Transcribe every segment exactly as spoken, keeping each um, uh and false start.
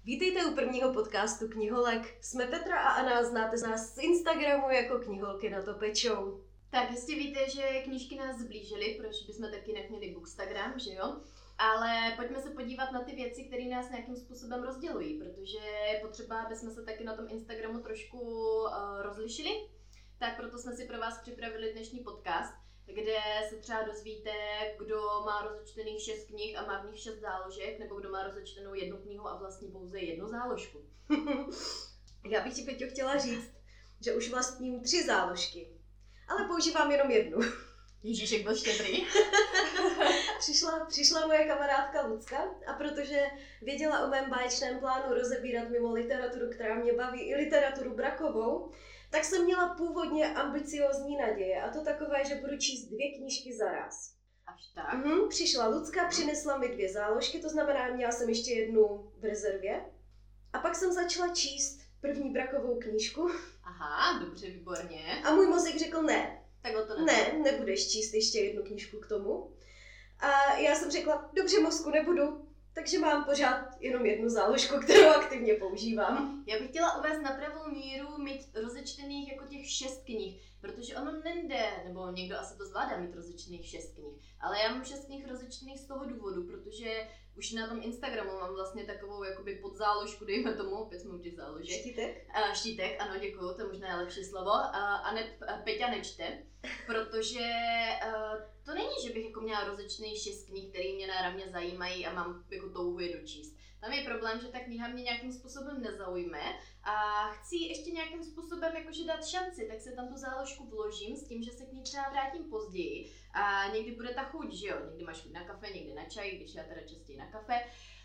Vítejte u prvního podcastu Kniholek. Jsme Petra a Anna, znáte z nás z Instagramu jako Kniholky na to pečou. Tak jistě víte, že knížky nás zblížily, proč bychom taky neměli Bookstagram, že jo? Ale pojďme se podívat na ty věci, které nás nějakým způsobem rozdělují, protože je potřeba, aby jsme se taky na tom Instagramu trošku uh, rozlišili. Tak proto jsme si pro vás připravili dnešní podcast, kde se třeba dozvíte, kdo má rozečtených šest knih a má v nich šest záložek, nebo kdo má rozečtenou jednu knihu a vlastně pouze jednu záložku. Já bych ti, Peťo, chtěla říct, že už vlastním tři záložky, ale používám jenom jednu. Ježíšek byl štědrý. přišla, přišla moje kamarádka Lucka a protože věděla o mém báječném plánu rozebírat mimo literaturu, která mě baví, i literaturu brakovou, tak jsem měla původně ambiciózní naděje, a to takové, že budu číst dvě knížky za raz. Až tak? Mhm, přišla Lucka, přinesla mi dvě záložky, to znamená, měla jsem ještě jednu v rezervě. A pak jsem začala číst první brakovou knížku. Aha, dobře, výborně. A můj mozek řekl ne. Tak o to ne, nebudeš číst ještě jednu knížku k tomu. A já jsem řekla, dobře, mozku, nebudu. Takže mám pořád jenom jednu záložku, kterou aktivně používám. Já bych chtěla uvést na pravou míru mít rozečtených jako těch šest knih, protože ono nejde, nebo někdo asi to zvládá mít rozečtených šest knih, ale já mám šest knih rozečtených z toho důvodu, protože už na tom Instagramu mám vlastně takovou jakoby podzáložku, dejme tomu, opět jsme u těch záložek. Štítek? Uh, štítek, ano, děkuju, to je možná lepší slovo. Uh, a ne, uh, Peťa nečte, protože uh, to není, že bych jako měla rozečtených šest knih, které mě náramně zajímají a mám jako touhu je dočíst. Tam je problém, že ta kniha mě nějakým způsobem nezaujme a chci ještě nějakým způsobem jakože dát šanci, tak se tam tu záložku vložím s tím, že se k ní třeba vrátím později a někdy bude ta chuť, že jo, někdy máš chuť na kafe, někdy na čaj, když já teda častěji na kafe.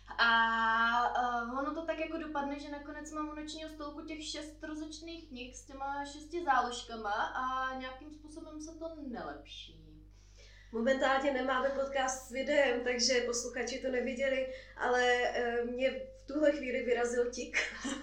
A uh, ono to tak jako dopadne, že nakonec mám u nočního stolku těch šest rozečtených knih s těma šesti záložkama a nějakým způsobem se to nelepší. Momentálně nemáme podcast s videem, takže posluchači to neviděli, ale e, mě v tuhle chvíli vyrazil tik,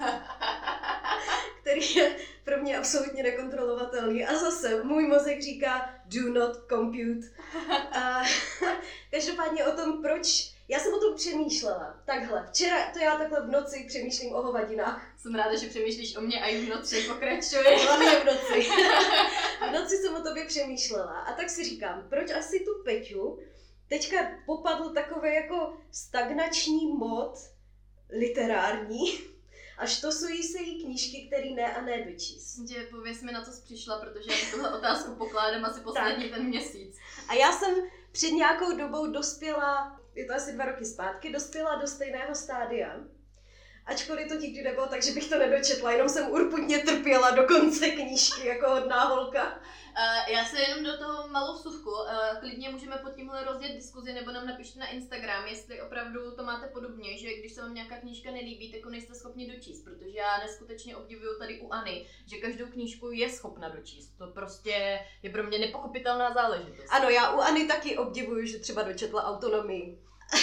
který je pro mě absolutně nekontrolovatelný. A zase můj mozek říká do not compute. A, každopádně o tom, proč já jsem o tom přemýšlela. Takhle, včera, to já takhle v noci přemýšlím o hovadinách. Jsem ráda, že přemýšlíš o mě a i v noci pokračuji. Hlavně v noci. V noci jsem o tobě přemýšlela a tak si říkám, proč asi tu Peťu teďka popadl takový jako stagnační mod literární a štosují se jí knížky, které ne a ne dočíst. Že pověz mi, na co jsi přišla, protože já tuhle otázku pokládám asi poslední ten měsíc. A já jsem před nějakou dobou dospěla, je to asi dva roky zpátky, dospěla do stejného stádia. Ačkoliv to nikdy nebylo, takže bych to nedočetla, jenom jsem urputně trpěla do konce knížky jako hodná holka. Uh, já se jenom do toho malou vsuvku, uh, klidně můžeme pod tímhle rozjet diskuzi nebo nám napište na Instagram, jestli opravdu to máte podobně, že když se vám nějaká knížka nelíbí, tak ho nejste schopni dočíst, protože já neskutečně obdivuju tady u Anny, že každou knížku je schopna dočíst, to prostě je pro mě nepochopitelná záležitost. Ano, já u Anny taky obdivuju, že třeba dočetla Autonomii.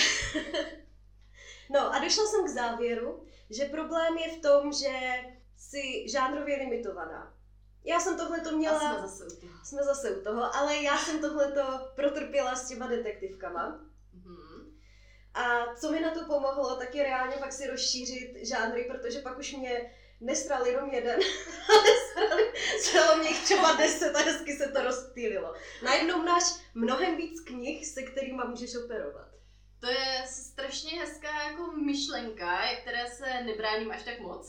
No a došla jsem k závěru, že problém je v tom, že jsi žánrově limitovaná. Já jsem tohleto měla... A jsme zase u toho. Jsme zase u toho, ale já jsem tohleto protrpěla s těma detektivkama. Mm-hmm. A co mi na to pomohlo, tak je reálně fakt si rozšířit žánry, protože pak už mě nestral jenom jeden, ale stalo mě jich třeba deset a hezky se to rozptýlilo. Najednou máš mnohem víc knih, se kterýma můžeš operovat. To je strašně hezká jako myšlenka, které se nebráním až tak moc.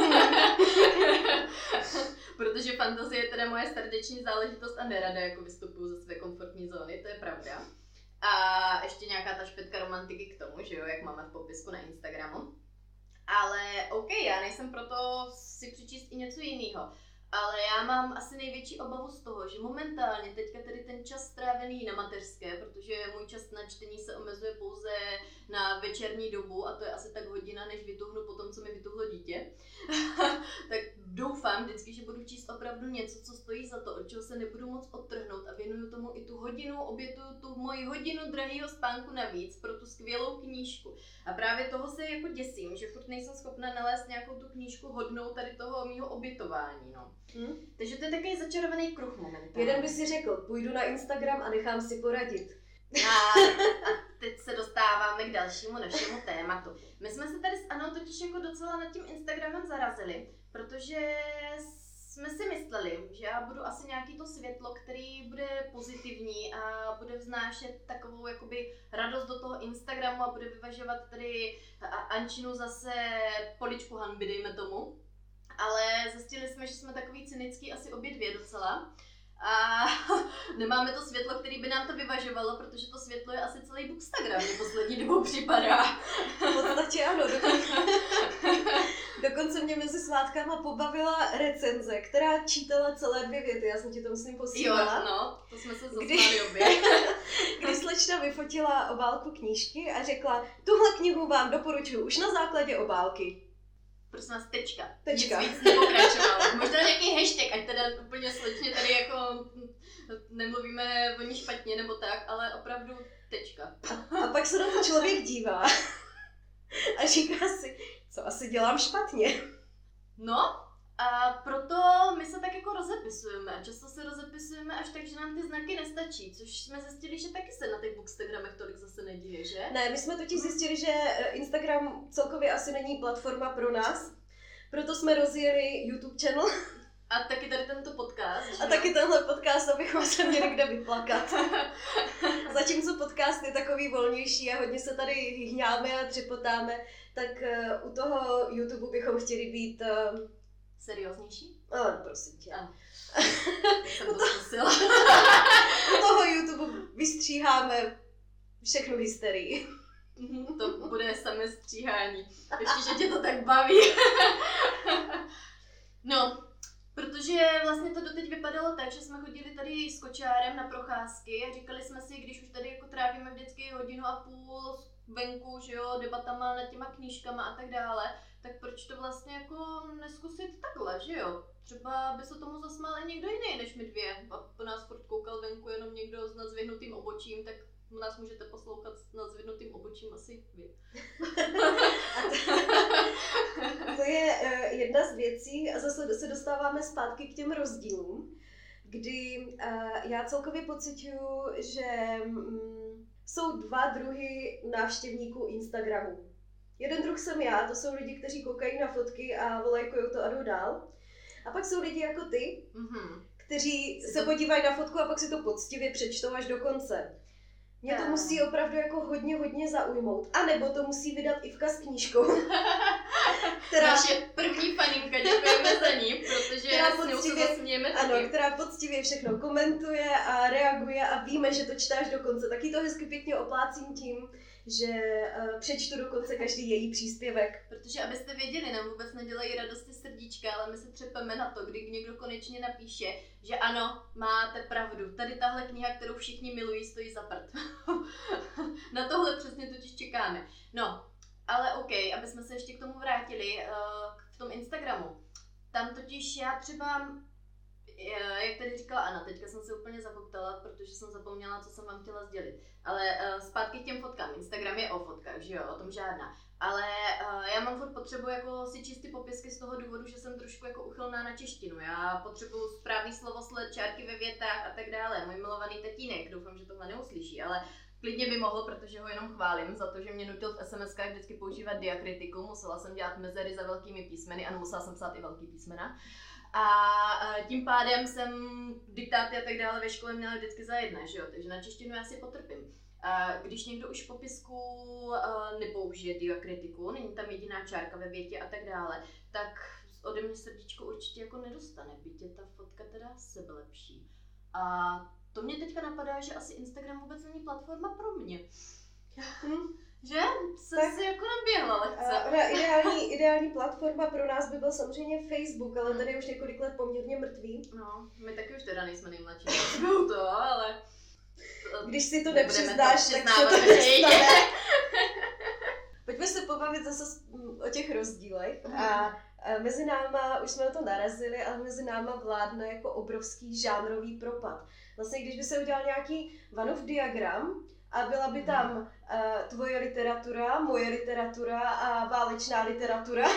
Protože fantazie je teda moje srdeční záležitost a nerada jako vystupuju ze své komfortní zóny, to je pravda. A ještě nějaká ta špetka romantiky k tomu, že jo, jak máme v popisku na Instagramu. Ale OK, já nejsem proto si přečíst i něco jiného. Ale já mám asi největší obavu z toho, že momentálně teďka tady ten čas strávený na mateřské, protože můj čas na čtení se omezuje pouze na večerní dobu a to je asi tak hodina, než vytuhnu po tom, co mi vytuhlo dítě. Tak doufám vždycky, že budu číst opravdu něco, co stojí za to, od čeho se nebudu moc odtrhnout a věnuju tomu i tu hodinu, obětuju tu moji hodinu drahého spánku navíc pro tu skvělou knížku. A právě toho se jako děsím, že furt nejsem schopna nalézt nějakou tu knížku hodnou tady toho mýho obětování, no. Hmm? Takže to je takový začarovaný kruh momentálně. Jeden by si řekl, půjdu na Instagram a nechám si poradit. A teď se dostáváme k dalšímu našemu tématu. My jsme se tady s Anou totiž jako docela nad tím Instagramem zarazili, protože jsme si mysleli, že já budu asi nějaký to světlo, který bude pozitivní a bude vznášet takovou jakoby radost do toho Instagramu a bude vyvažovat tady Ančinu zase poličku hanby, dejme tomu. Ale zjistili jsme, že jsme takový cynický asi obě dvě docela. A nemáme to světlo, který by nám to vyvažovalo, protože to světlo je asi celý Bookstagram, mě poslední dobou připadá. V podstatě ano, dokonce, dokonce mě mezi svátkama pobavila recenze, která čítala celé dvě věty, já jsem ti to myslím posílala. Jo, no, to jsme se zasmáli obě. Kdy slečna vyfotila obálku knížky a řekla, tuhle knihu vám doporučuji už na základě obálky. Prosím vás, tečka. Tečka. Nic víc nepokračovalo. Možná nějaký hashtag, ať teda úplně slečně tady jako nemluvíme o ní špatně nebo tak, ale opravdu tečka. A, a pak se na to člověk dívá a říká si, co asi dělám špatně. No, a proto my se tak jako rozepisujeme a často se rozepisujeme až tak, že nám ty znaky nestačí, což jsme zjistili, že taky se na těch bookstagramech tolik zase neděje, že? Ne, my jsme totiž zjistili, že Instagram celkově asi není platforma pro nás, proto jsme rozjeli YouTube channel. A taky tady tento podcast. A taky tenhle podcast, abychom se měli kde vyplakat. Zatímco podcast je takový volnější a hodně se tady hýňáme a třepotáme, tak uh, u toho YouTube bychom chtěli být... Uh, serióznější? Ano, prosím tě. Ano. Jsem to zkusila. U toho YouTube vystříháme všechnu hysterii. To bude samé stříhání. Ještě, že tě to tak baví. No, protože vlastně to doteď vypadalo tak, že jsme chodili tady s kočárem na procházky a říkali jsme si, když už tady jako trávíme vždycky hodinu a půl venku, že jo, debatama nad těma knížkama a tak dále, tak proč to vlastně jako neskusit takhle, že jo? Třeba by se tomu zasmál i někdo jiný než my dvě. A po nás furt koukal venku jenom někdo s nadzvihnutým obočím, tak nás můžete poslouchat s nadzvihnutým obočím asi vy. To je uh, jedna z věcí a zase se dostáváme zpátky k těm rozdílům, kdy uh, já celkově pociťuju, že um, jsou dva druhy návštěvníků Instagramu. Jeden druh jsem já, to jsou lidi, kteří koukají na fotky a volajkujou to a jdou dál. A pak jsou lidi jako ty, mm-hmm. kteří se podívají na fotku a pak si to poctivě přečtou až do konce. Mě to musí opravdu jako hodně, hodně zaujmout. A nebo to musí vydat Ivka s knížkou. Která... Naše první faninka, děkujeme za ní, protože s ňou se zasmějeme taky. Ano, která poctivě všechno komentuje a reaguje a víme, že to čtáš do konce. Taky to hezky pěkně oplácím tím, že uh, přečtu dokonce každý její příspěvek. Protože abyste věděli, nám vůbec nedělají radosti srdíčka, ale my se třepeme na to, kdy někdo konečně napíše, že ano, máte pravdu, tady tahle kniha, kterou všichni milují, stojí za prd. Na tohle přesně totiž čekáme. No, ale OK, aby jsme se ještě k tomu vrátili, uh, v tom Instagramu. Tam totiž já třeba, jak tady říkala Anna, teďka jsem se úplně zakoktala, protože jsem zapomněla, co jsem vám chtěla sdělit. Ale uh, zpátky k těm fotkám. Instagram je o fotkách, že jo, o tom žádná. Ale uh, já mám furt potřebu jako si číst ty popisky z toho důvodu, že jsem trošku jako uchylná na češtinu. Já potřebuju správný slovosled, čárky ve větách a tak dále. Můj milovaný tatínek, doufám, že tohle neuslyší, ale klidně by mohl, protože ho jenom chválím za to, že mě nutil v es em eskách vždycky používat diakritiku. Musela jsem dělat mezery za velkými písmeny a musela jsem psát i velký písmena. A tím pádem jsem diktáty a tak dále ve škole měla vždycky za jedné, že jo? Takže na češtinu já si potrpím. A když někdo už v popisku nepoužije diakritiku, není tam jediná čárka ve větě a tak dále, tak ode mě srdíčko určitě jako nedostane, byť je ta fotka teda sebelepší. A to mě teďka napadá, že asi Instagram vůbec není platforma pro mě. Hm. Že? Jsem tak, si jako naběhla lehce. Uh, ideální, ideální platforma pro nás by byl samozřejmě Facebook, ale ten je už několik let poměrně mrtvý. No, my taky už teda nejsme nejmladší. Bylo to, ale... Když si to nepřiznáš, tak se to nestane. Pojďme se pobavit zase o těch rozdílech. Mm. A mezi náma, už jsme na to narazili, ale mezi náma vládne jako obrovský žánrový propad. Vlastně když by se udělal nějaký Vanův diagram, a byla by tam uh, tvoje literatura, moje literatura a válečná literatura,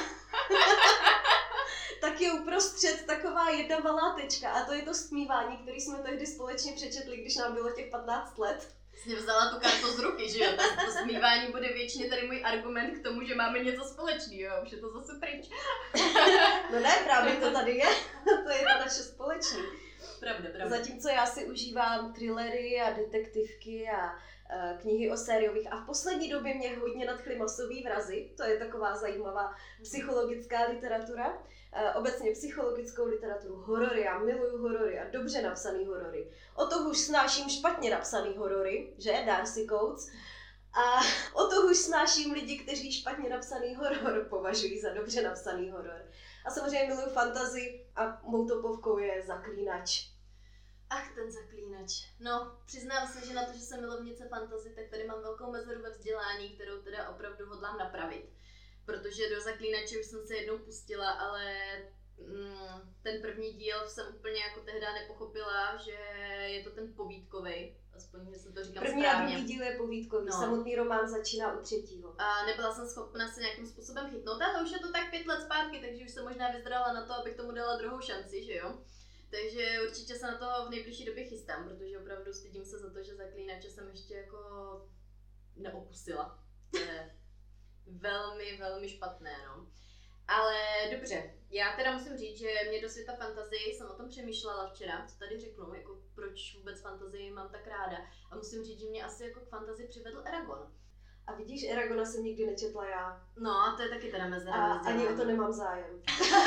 tak je uprostřed taková jedna malá tečka a to je to stmívání, který jsme tehdy společně přečetli, když nám bylo těch patnáct let. Jsi vzala tu kartu z ruky, že jo? To, to smívání bude věčně tady můj argument k tomu, že máme něco společného, už je to zase pryč. No ne, právě to tady je, to je to naše společný. Pravda, pravda. Zatímco já si užívám thrillery a detektivky a uh, knihy o sériových a v poslední době mě hodně nadchly masový vrazy, to je taková zajímavá psychologická literatura. Uh, obecně psychologickou literaturu, horory, já miluju horory a dobře napsaný horory. O to už snáším špatně napsaný horory, že? Darcy Coates. A o to už snáším lidi, kteří špatně napsaný horor považují za dobře napsaný horor. A samozřejmě miluju fantasy a mou topovkou je Zaklínač. Ach, ten Zaklínač. No, přiznám se, že na to, že jsem milovnice fantasy, tak tady mám velkou mezeru ve vzdělání, kterou teda opravdu hodlám napravit. Protože do Zaklínače už jsem se jednou pustila, ale mm, ten první díl jsem úplně jako tehdy nepochopila, že je to ten povídkovej. Aspoň, že se to říkám první správně. První a druhý díl je povídkový, no. Samotný román začíná u třetího. A nebyla jsem schopna se nějakým způsobem chytnout, ale už je to tak pět let zpátky, takže už jsem možná vyzrala na to, abych tomu dala druhou šanci, že jo? Takže určitě se na to v nejbližší době chystám, protože opravdu stydím se za to, že Zaklínače jsem ještě jako neokusila. To je velmi, velmi špatné, no. Ale dobře, já teda musím říct, že mě do světa fantasy jsem o tom přemýšlela včera, co tady řeknu, jako proč vůbec fantasy mám tak ráda. A musím říct, že mě asi jako k fantasy přivedl Eragon. A vidíš, Eragona jsem nikdy nečetla já. No a to je taky teda mezera. A ani o to nemám zájem.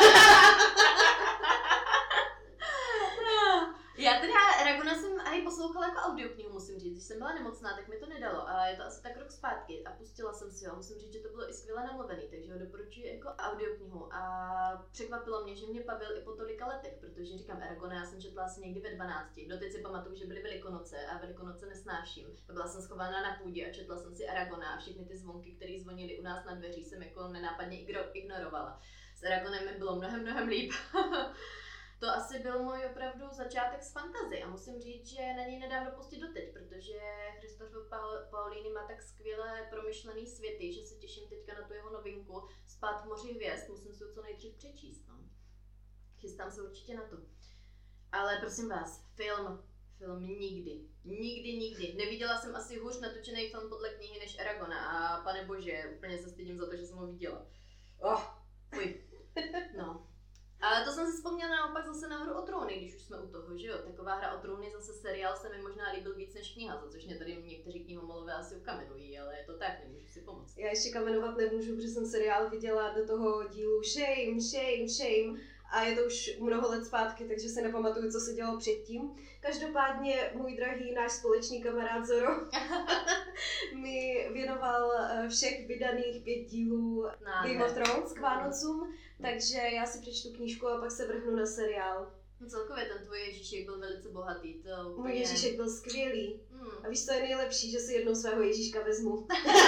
Já teda Eragona jsem i poslouchala jako audioknihu, musím říct. Když jsem byla nemocná, tak mi to nedalo, ale je to asi tak rok zpátky a pustila jsem si ho. Musím říct, že to bylo i skvěle namluvený, takže ho doporučuji jako audioknihu. A překvapilo mě, že mě bavil i po tolika letech, protože říkám Eragona, já jsem četla asi někdy ve dvanácti. Doteď si pamatuju, že byly Velikonoce a Velikonoce nesnáším. Byla jsem schovaná na půdě a četla jsem si Eragona a všechny ty zvonky, které zvonily u nás na dveří, jsem jako nenápadně ignorovala. S Eragonem mi bylo mnohem, mnohem líp. To asi byl můj opravdu začátek s fantasy a musím říct, že na něj nedám dopustit doteď, protože Christopher Paolini má tak skvěle promyšlený světy, že se těším teďka na tu jeho novinku Spát v moři hvězd, musím si ho co nejdřív přečíst. No. Chystám se určitě na to. Ale prosím vás, film, film nikdy, nikdy, nikdy. Neviděla jsem asi hůř natočený film podle knihy než Eragona a pane bože, úplně se stydím za to, že jsem ho viděla. Oh, fuj. No. Ale to jsem si vzpomněla naopak zase na Hru o trůny, když už jsme u toho, že jo? Taková Hra o trůny, zase seriál se mi možná líbil víc než kniha, za což mě tady někteří knihomolové asi ukamenují, ale je to tak, nemůžu si pomoct. Já ještě kamenovat nemůžu, protože jsem seriál viděla do toho dílu Shame, Shame, Shame a je to už mnoho let zpátky, takže si nepamatuju, co se dělo předtím. Každopádně můj drahý náš společný kamarád Zoro mi věnoval všech vydaných pět dílů Nádher. Game of Thrones k Vánocům, takže já si přečtu knížku a pak se vrhnu na seriál. No celkově ten tvůj Ježíšek byl velice bohatý. To úplně... Můj Ježíšek byl skvělý. Hmm. A víš, co je nejlepší, že si jednou svého Ježíška vezmu.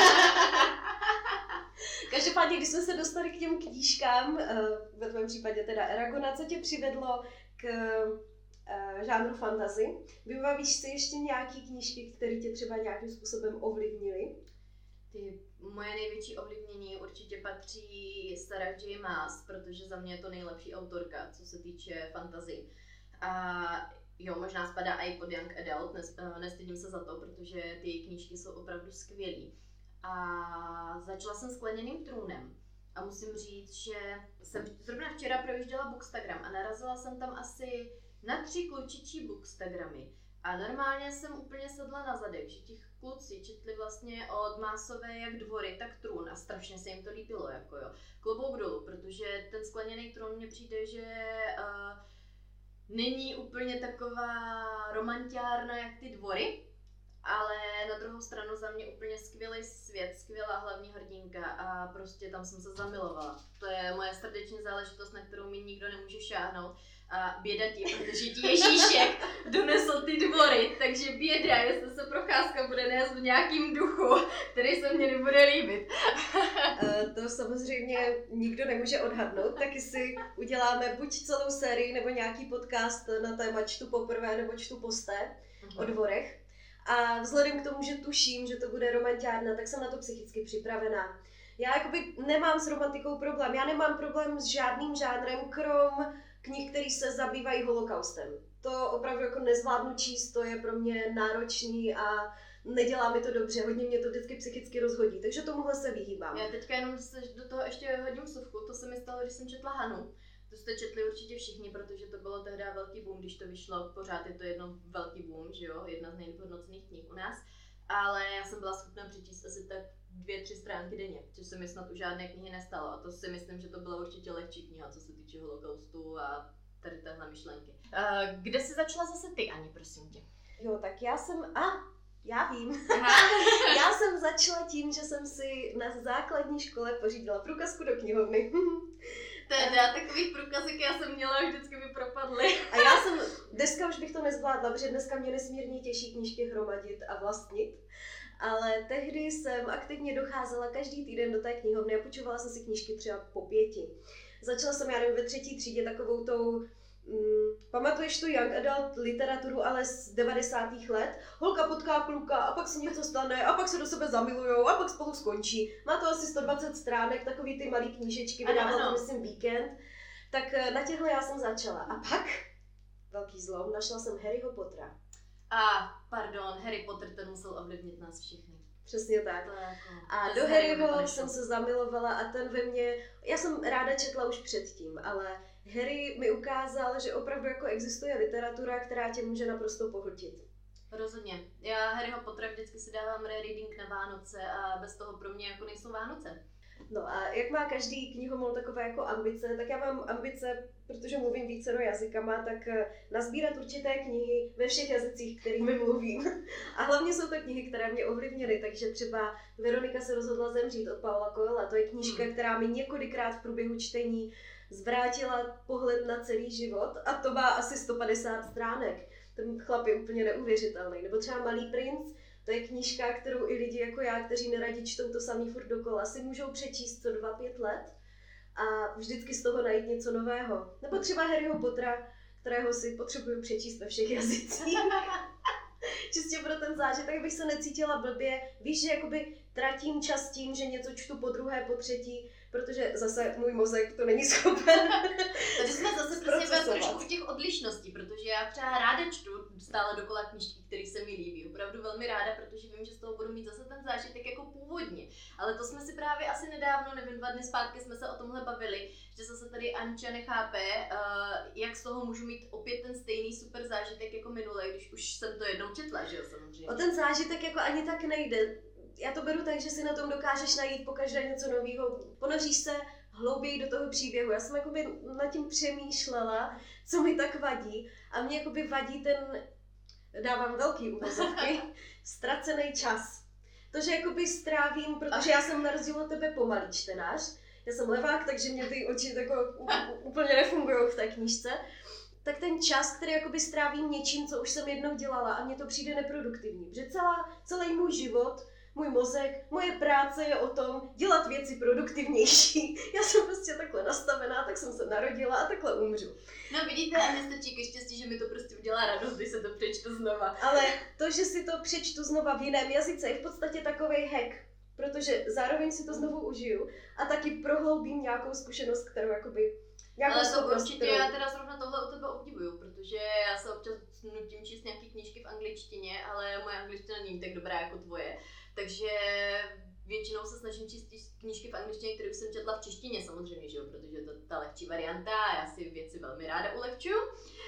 Každopádně, když jsme se dostali k těm knížkám, ve tvém případě teda Eragona, co tě přivedlo k žánru fantasy? Vybavíš si ještě nějaký knížky, které tě třeba nějakým způsobem ovlivnily? Ty moje největší ovlivnění určitě patří Sarah J. Maas, protože za mě je to nejlepší autorka, co se týče fantasy. A jo, možná spadá i pod Young Adult, nestydím se za to, protože ty její knížky jsou opravdu skvělý. A začala jsem Skleněným trůnem. A musím říct, že jsem zrovna včera projížděla Bookstagram a narazila jsem tam asi na tři klučičí Bookstagramy. A normálně jsem úplně sedla na zadek, že těch kluci četli vlastně od Maasové jak Dvory, tak Trůn a strašně se jim to líbilo, jako jo. Klobouk dolů, protože ten Skleněný trůn mně přijde, že uh, není úplně taková romantiárna jak ty Dvory, ale na druhou stranu za mě úplně skvělý svět, skvělá hlavní hrdinka a prostě tam jsem se zamilovala. To je moje srdeční záležitost, na kterou mi nikdo nemůže šáhnout. A běda ti, protože ti Ježíšek donesl ty Dvory, takže běda, jestli se procházka bude nést v nějakým duchu, který se mně nebude líbit. To samozřejmě nikdo nemůže odhadnout, taky si uděláme buď celou sérii nebo nějaký podcast na téma čtu poprvé nebo čtu posté uh-huh. o Dvorech. A vzhledem k tomu, že tuším, že to bude romantiárna, tak jsem na to psychicky připravená. Já jakoby nemám s romantikou problém, já nemám problém s žádným žánrem, krom knih, které se zabývají holokaustem. To opravdu jako nezvládnu číst, to je pro mě náročný a nedělá mi to dobře, hodně mě to vždycky psychicky rozhodí, takže tomuhle se vyhýbám. Já teďka jenom se do toho ještě hodím vsuvku, to se mi stalo, když jsem četla Hanu. To jste četli určitě všichni, protože to bylo tehdy velký boom, když to vyšlo, pořád je to jedno velký boom, že jo, jedna z nejlíp hodnocených knih u nás. Ale já jsem byla schopna přečíst asi tak dvě, tři stránky denně, což se mi snad u žádné knihy nestalo. A to si myslím, že to byla určitě lehčí kniha, co se týče holokaustu a tady téhle myšlenky. Uh, kde jsi začala zase ty, Ani, prosím tě? Jo, tak já jsem... A, já vím. Já jsem začala tím, že jsem si na základní škole pořídila průkazku do knihovny. Teda takových průkazek já jsem měla a vždycky mi propadly. A já jsem, dneska už bych to nezvládla, protože dneska mě nesmírně těší knížky hromadit a vlastnit. Ale tehdy jsem aktivně docházela každý týden do té knihovny a půjčovala jsem si knížky třeba po pěti. Začala jsem, já nevím, ve třetí třídě takovou tou, mm, pamatuješ tu young adult literaturu, ale z devadesátých let? Holka potká kluka a pak se něco stane a pak se do sebe zamilujou a pak spolu skončí. Má to asi sto dvacet stránek, takový ty malý knížečky, vydával to myslím Víkend. Tak na těchhle já jsem začala. A pak, velký zlom, našla jsem Harryho Pottera. A, pardon, Harry Potter, ten musel ovlivnit nás všechny. Přesně tak. Jako, a do Harryho jsem se zamilovala a ten ve mně, já jsem ráda četla už předtím, ale Harry mi ukázal, že opravdu jako existuje literatura, která tě může naprosto pohltit. Rozhodně. Já Harryho Pottera vždycky si dávám rereading na Vánoce a bez toho pro mě jako nejsou Vánoce. No a jak má každý knihomol takové jako ambice, tak já mám ambice, protože mluvím vícero jazykama, tak nazbírat určité knihy ve všech jazycích, kterými mluvím. A hlavně jsou to knihy, které mě ovlivnily, takže třeba Veronika se rozhodla zemřít od Paula Coelha. To je knížka, která mi několikrát v průběhu čtení zvrátila pohled na celý život a to má asi sto padesát stránek. Ten chlap je úplně neuvěřitelný. Nebo třeba Malý princ. To je knížka, kterou i lidi jako já, kteří neradi čtou to samý furt dokola, si můžou přečíst co dva, pět let a vždycky z toho najít něco nového. Nebo třeba Harryho Pottera, kterého si potřebuju přečíst ve všech jazycích. Čistě pro ten zážitek, abych se necítila blbě. Víš, že jakoby tratím čas tím, že něco čtu po druhé, po třetí, protože zase můj mozek to není schopen. Tady jsme zase přesně trošku těch odlišností, protože já třeba ráda čtu stále dokola knížky, které se mi líbí. Opravdu velmi ráda, protože vím, že z toho budu mít zase ten zážitek jako původně. Ale to jsme si právě asi nedávno, nevím, dva dny zpátky jsme se o tomhle bavili, že zase tady Anča nechápe, uh, jak z toho můžu mít opět ten stejný super zážitek jako minule, když už jsem to jednou četla, že jo, samozřejmě. O ten zážitek jako ani tak nejde. Já to beru tak, že si na tom dokážeš najít pokaždé něco nového. Ponoříš se hlouběji do toho příběhu. Já jsem jakoby nad tím přemýšlela, co mi tak vadí. A mě jakoby vadí ten, dávám velký uvozovky, ztracený čas. To, že jakoby strávím, protože já jsem na rozdíl od tebe pomalý čtenář. Já jsem levák, takže mě ty oči jako úplně nefungují v té knížce. Tak ten čas, který jakoby strávím něčím, co už jsem jednou dělala a mně to přijde neproduktivní. Protože celá, celý můj život, můj mozek, moje práce je o tom dělat věci produktivnější. Já jsem prostě takhle nastavená, tak jsem se narodila a takhle umřu. No vidíte, a mě stačí ke štěstí, že mi to prostě udělá radost, když se to přečtu znova. Ale to, že si to přečtu znova v jiném jazyce, je v podstatě takovej hack. Protože zároveň si to znovu užiju a taky prohloubím nějakou zkušenost, kterou jakoby nějakou ale to schopnost, určitě kterou... já teda zrovna tohle u tebe obdivuju, protože já se občas nutím číst nějaký knížky v angličtině, ale moje angličtina není tak dobrá jako tvoje. Takže většinou se snažím číst knížky v angličtině, které jsem četla v češtině samozřejmě, že jo, protože to je ta lehčí varianta a já si věci velmi ráda ulehčuju.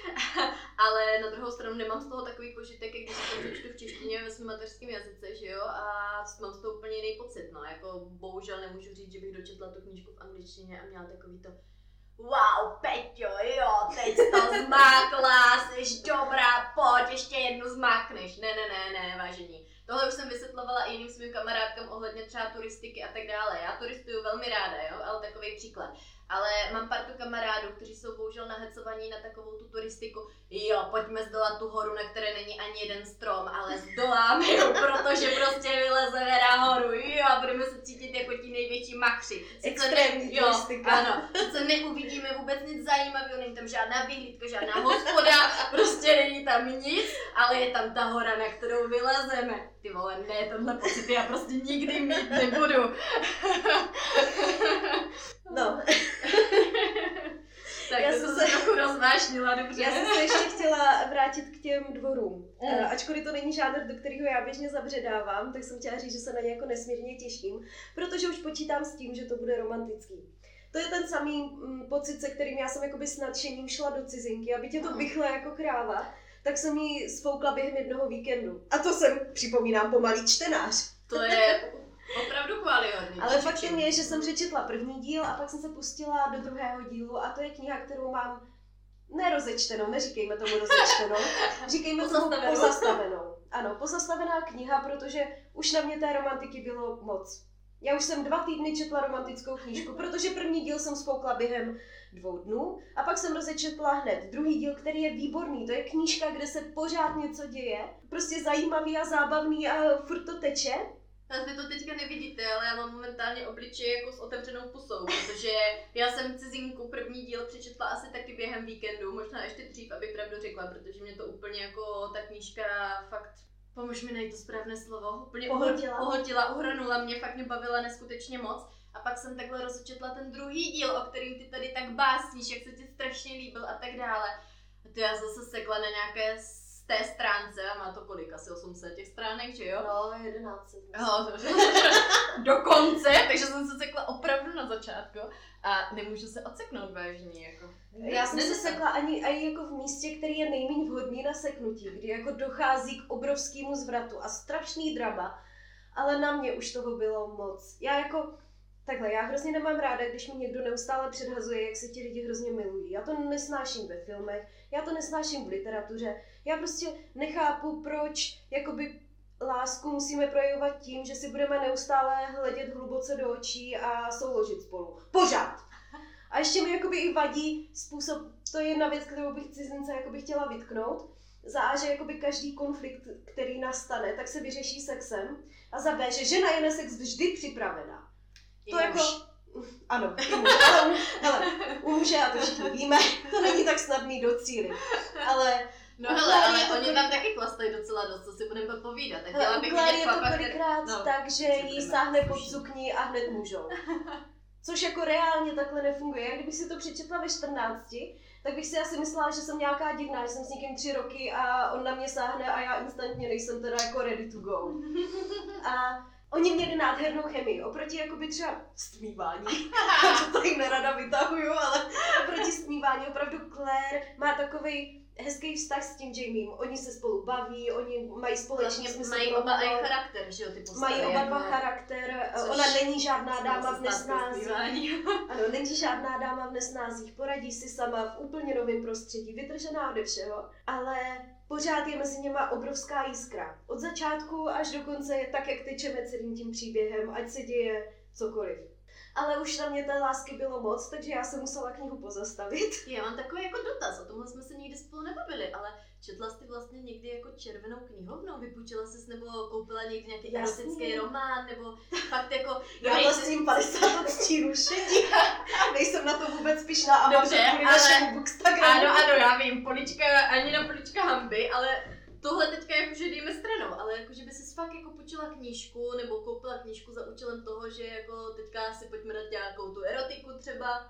Ale na druhou stranu nemám z toho takový požitek, když si to přečtu v češtině ve svém mateřském jazyce, že jo, a mám z toho úplně jiný pocit, no, jako bohužel nemůžu říct, že bych dočetla tu knížku v angličtině a měla takový to wow, Peťo, jo, teď to zmákla, jsi dobrá, pojď, ještě jednu zmákneš. Ne, ne, ne, ne, vážení. Tohle už jsem vysvětlovala i jiným svým kamarádkám ohledně třeba turistiky a tak dále. Já turistuju velmi ráda, jo, ale takový příklad. Ale mám partu kamarádů, kteří jsou bohužel nahecovaní na takovou tu turistiku. Jo, pojďme zdolat tu horu, na které není ani jeden strom, ale zdoláme jo, protože prostě vylezeme nahoru. Jo, a budeme se cítit jako ti největší machři. Extrémní ne, turistika. Ano, sice neuvidíme vůbec nic zajímavého, není tam žádná vyhlídka, žádná hospoda, prostě není tam nic, ale je tam ta hora, na kterou vylezeme. Ty vole, ne, tenhle pocit já prostě nikdy mít nebudu. No. Tak já to jsem se trochu rozvedla, zvážnila, dobře. Já jsem se ještě chtěla vrátit k těm dvorům. Mm. Uh, ačkoliv to není žánr, do kterého já běžně zabředávám, tak jsem chtěla říct, že se na ně jako nesmírně těším, protože už počítám s tím, že to bude romantický. To je ten samý mm, pocit, se kterým já jsem jakoby s nadšením šla do cizinky, aby tě to Mm. bychla jako kráva, tak jsem ji sfoukla během jednoho víkendu. A to jsem, připomínám, pomalý čtenář. To je opravdu chvályhodný. Ale faktem je, že jsem přečetla první díl a pak jsem se pustila do druhého dílu a to je kniha, kterou mám nerozečtenou, neříkejme tomu rozečtenou, říkejme tomu pozastavenou. Ano, pozastavená kniha, protože už na mě té romantiky bylo moc. Já už jsem dva týdny četla romantickou knížku, protože první díl jsem spoukla během dvou dnů a pak jsem rozečetla hned druhý díl, který je výborný. To je knížka, kde se pořád něco děje, prostě zajímavý a zábavný a furt to teče. Já vy to teďka nevidíte, ale já mám momentálně obličej jako s otevřenou pusou, protože já jsem Cizinku první díl přečetla asi taky během víkendu, možná ještě dřív, abych pravdu řekla, protože mě to úplně jako ta knížka fakt, pomož mi najít to správné slovo, úplně Pohltila. pohltila, uhranula mě, fakt mě bavila neskutečně moc. A pak jsem takhle rozečetla ten druhý díl, o kterým ty tady tak básníš, jak se ti strašně líbil a tak dále. A to já zase sekla na nějaké z té stránce, a má to kolik? Asi osm set těch stránek, že jo? No, jedenáct set. No, dokonce, takže jsem se sekla opravdu na začátku a nemůžu se odseknout vážně, jako. Já jsem se sekla ani, ani jako v místě, který je nejméně vhodný na seknutí, kdy jako dochází k obrovskému zvratu a strašný drama, ale na mě už toho bylo moc. Já jako, takhle, já hrozně nemám ráda, když mi někdo neustále předhazuje, jak se ti lidi hrozně milují. Já to nesnáším ve filmech, já to nesnáším v literatuře, já prostě nechápu, proč jakoby lásku musíme projevovat tím, že si budeme neustále hledět hluboce do očí a souložit spolu. Pořád! A ještě mi jakoby i vadí způsob, to je jedna věc, kterou bych cizince jakoby chtěla vytknout. Za A, že jakoby každý konflikt, který nastane, tak se vyřeší sexem. A za B, že žena je na sex vždy připravená. I To muž. jako... Ano, i muž, ale u, hele, u muže, a to všichni víme, to není tak snadný docílit. Ale... No hele, ale oni tam taky klastají docela dost, co si budeme povídat. Tak chtěla bych vidět je to chlapa, kolikrát no, tak, že jí sáhne pod sukni a hned můžou. Což jako reálně takhle nefunguje. Já kdybych si to přečetla ve čtrnácti, tak bych si asi myslela, že jsem nějaká divná, že jsem s někým tři roky a on na mě sáhne a já instantně nejsem teda jako ready to go. A oni měli nádhernou chemii, oproti jakoby třeba stmívání. To tady nerada vytahuju, ale oproti stmívání opravdu Claire má takovej hezký vztah s tím Jamiem. Oni se spolu baví, oni mají společný vlastně smysl. mají oba i charakter, že jo, ty postavy. Mají oba jako... dva charakter, Což ona není žádná dáma v nesnázích. nesnázích. Ano, není žádná dáma v nesnázích, poradí si sama v úplně novém prostředí, vytržená ode všeho, ale pořád je mezi něma obrovská jiskra. Od začátku až do konce je tak, jak tečeme celým tím příběhem, ať se děje cokoliv. Ale už na mě té lásky bylo moc, takže já jsem musela knihu pozastavit. Já mám takový jako dotaz, o tomhle jsme se nikdy spolu nebavili, ale četla jsi vlastně někdy jako červenou knihovnu? Vypůjčila jsi nebo koupila někdy nějaký Jasný. erotický román, nebo fakt jako... Já vlastním padesát odstínů šedí. Nejsem na to vůbec pyšná a mám to Dobře, kvůli ale- našemu bookstagramu. Ano, ano, já vím, polička, ani na polička hanby, ale tohle teďka jakože dejme stranou, ale jakože by si fakt jako půjčila knížku nebo koupila knížku za účelem toho, že jako teďka si pojďme dát nějakou tu erotiku třeba.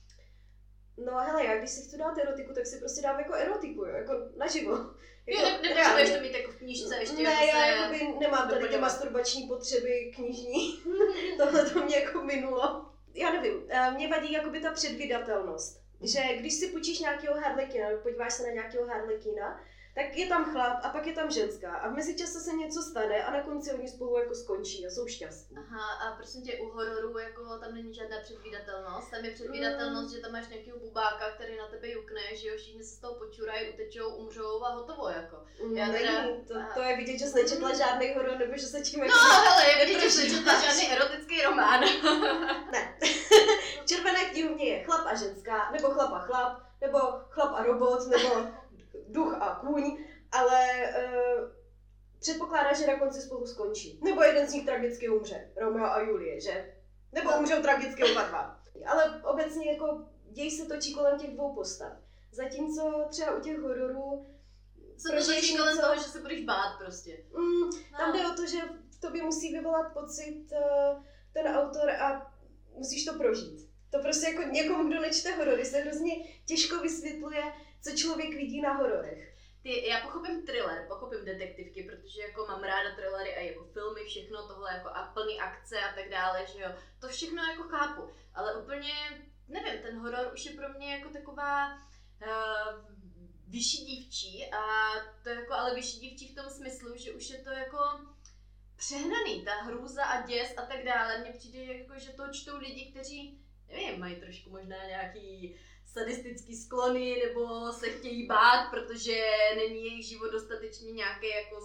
No hele, já když si chci dát erotiku, tak si prostě dám jako erotiku, jo, jako naživo. Jo, Jako, ne, nepotřebuješ to mít jako v knížce ještě. Ne, jako já se jakoby nemám tady ty doplňovat. masturbační potřeby knižní. Tohle to mě jako minulo. Já nevím, eh, mě vadí jakoby ta předvídatelnost. Že když si půjčíš nějakého harlekina, nebo podíváš se na nějakého harlekina, tak je tam chlap a pak je tam ženská a v mezičase se něco stane a na konci oni spolu jako skončí a jsou šťastní. Aha, a prosím tě, u hororu jako tam není žádná předvídatelnost, tam je předvídatelnost, mm. že tam máš nějakého bubáka, který na tebe jukne, že jo, všichni se z toho počurají, utečou, umřou a hotovo jako. Já Není, teda- to, to je vidět, že jsi nečetla žádný horor, nebo že se tím No, jako hele, je vidět, že jsi neprožíváš. nečetla žádný erotický román. Ne. V červené knihovně je chlap a ženská, nebo chlap a chlap, nebo chlap a robot, nebo duch a kůň, ale uh, předpokládá, že na konci spolu skončí. Nebo jeden z nich tragicky umře, Romeo a Julie, že? Nebo umřou tragicky oba dva. Ale obecně jako děj se točí kolem těch dvou postav. Zatímco třeba u těch hororů Se to prožiješ točí kolem něco- toho, že se budeš bát prostě. Mm, tam No. jde o to, že v tobě musí vyvolat pocit uh, ten autor a musíš to prožít. To prostě jako někomu, kdo nečte horory, se hrozně těžko vysvětluje, co člověk vidí na hororech. Ty, já pochopím thriller, pochopím detektivky, protože jako mám ráda thrillery a jako filmy, všechno tohle jako a plný akce a tak dále, že jo. To všechno jako chápu, ale úplně, nevím, ten horor už je pro mě jako taková uh, vyšší dívčí a to jako ale vyšší dívčí v tom smyslu, že už je to jako přehnaný, ta hrůza a děs a tak dále. Mně přijde jako, že to čtou lidi, kteří, nevím, mají trošku možná nějaký sadistický sklony nebo se chtějí bát, protože není jejich život dostatečně nějaký jako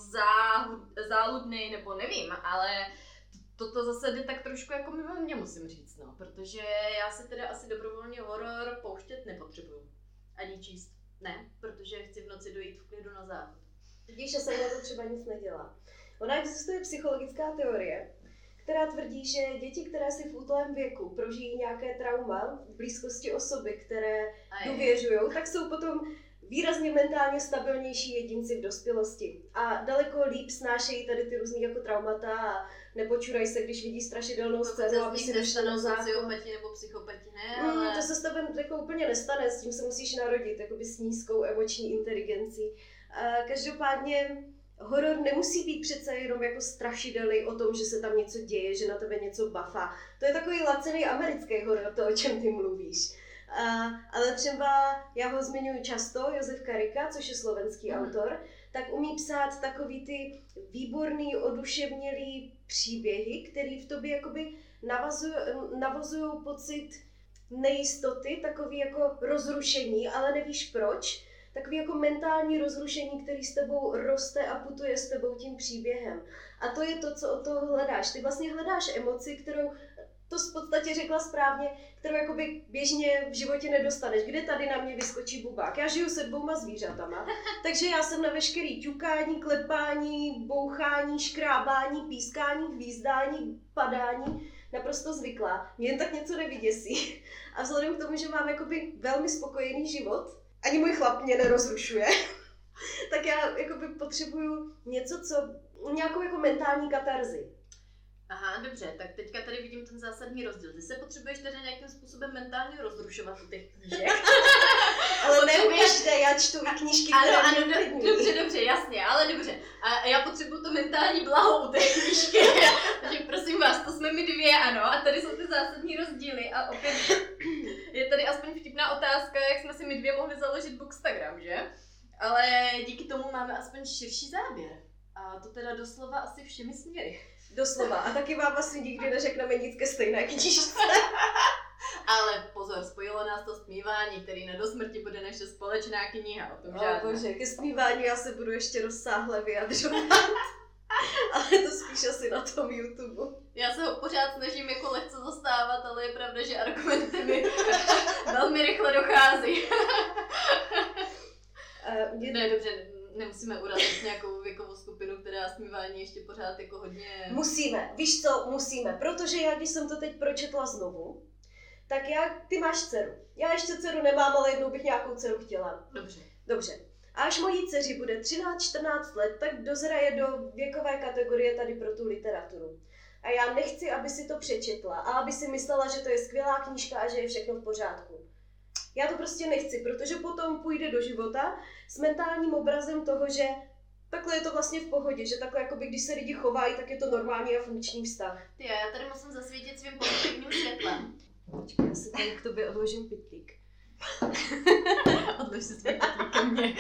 záludný nebo nevím, ale toto zase jde tak trošku jako mimo mě, musím říct, no, protože já si teda asi dobrovolně horor pouštět nepotřebuju. Ani číst, ne, protože chci v noci dojít v klidu na záchod. Vidíš, že se na to třeba nic nedělá. Ona existuje psychologická teorie, která tvrdí, že děti, které si v útlém věku prožijí nějaké trauma v blízkosti osoby, které důvěřují, tak jsou potom výrazně mentálně stabilnější jedinci v dospělosti. A daleko líp snášejí tady ty různý jako traumata a nepočurají se, když vidí strašidelnou scénu, aby si nešli na záchod. Sociopati nebo psychopati, ne? Mm, ale... to se s tebou jako úplně nestane, s tím se musíš narodit, jakoby s nízkou emoční inteligencí. A každopádně horor nemusí být přece jenom jako strašidelný o tom, že se tam něco děje, že na tebe něco bafá. To je takový lacený americký horor, to, o čem ty mluvíš. A, ale třeba, já ho zmiňuji často, Josef Karika, což je slovenský mm. autor, tak umí psát takový ty výborný, oduševnělý příběhy, který v tobě jakoby navazují pocit nejistoty, takový jako rozrušení, ale nevíš proč. Takový jako mentální rozrušení, který s tebou roste a putuje s tebou tím příběhem. A to je to, co od toho hledáš. Ty vlastně hledáš emoci, kterou, to v podstatě řekla správně, kterou jakoby běžně v životě nedostaneš. Kde tady na mě vyskočí bubák? Já žiju se dvouma zvířatama, takže já jsem na veškerý ťukání, klepání, bouchání, škrábání, pískání, hvízdání, padání naprosto zvyklá. Mě jen tak něco nevyděsí. A vzhledem k tomu, že mám jakoby velmi spokojený život, ani můj chlap mě nerozrušuje, tak já jakoby potřebuju něco, co, nějakou jako mentální katarzi. Aha, dobře, tak teďka tady vidím ten zásadní rozdíl. Ty se potřebuješ teda nějakým způsobem mentálně rozrušovat u těch knížek. Ale ne každé, já čtu i knížky, které ano, mě ano, do, dobře, dobře, jasně, ale dobře. A já potřebuju to mentální blaho u té knížky. Takže prosím vás, to jsme my dvě, ano, a tady jsou ty zásadní rozdíly a opět je tady aspoň vtipná otázka, jak jsme si my dvě mohli založit Bookstagram, že? Ale díky tomu máme aspoň širší záběr. A to teda doslova asi všemi směry. Doslova. A taky vám asi nikdy neřekneme nic ke stejné knížce. Ale pozor, spojilo nás to stmívání, který na dosmrti bude naše společná kniha, o tom žádná. O bože, ke stmívání já se budu ještě rozsáhle vyjadřovat. Ale to spíš asi na tom YouTube. Já se ho pořád snažím jako lehce zastávat, ale je pravda, že argumenty mi velmi rychle dochází. Uh, mě... Ne, dobře, nemusíme urazit nějakou věkovou skupinu, která stmívání ještě pořád jako hodně... Musíme, víš co, musíme, protože já, když jsem to teď pročetla znovu, tak já, ty máš dceru. Já ještě dceru nemám, ale jednou bych nějakou dceru chtěla. Dobře. Dobře. A až mojí dceři bude třináct čtrnáct let, tak dozraje do věkové kategorie tady pro tu literaturu. A já nechci, aby si to přečetla a aby si myslela, že to je skvělá knížka a že je všechno v pořádku. Já to prostě nechci, protože potom půjde do života s mentálním obrazem toho, že takhle je to vlastně v pohodě, že takhle jakoby, když se lidi chovají, tak je to normální a funkční vztah. Ty, já tady musím zasvítit svým pozitivním světlem. Počkej, já si tady k tobě odložím pytlík. Odlož si svůj pytlík ke mně.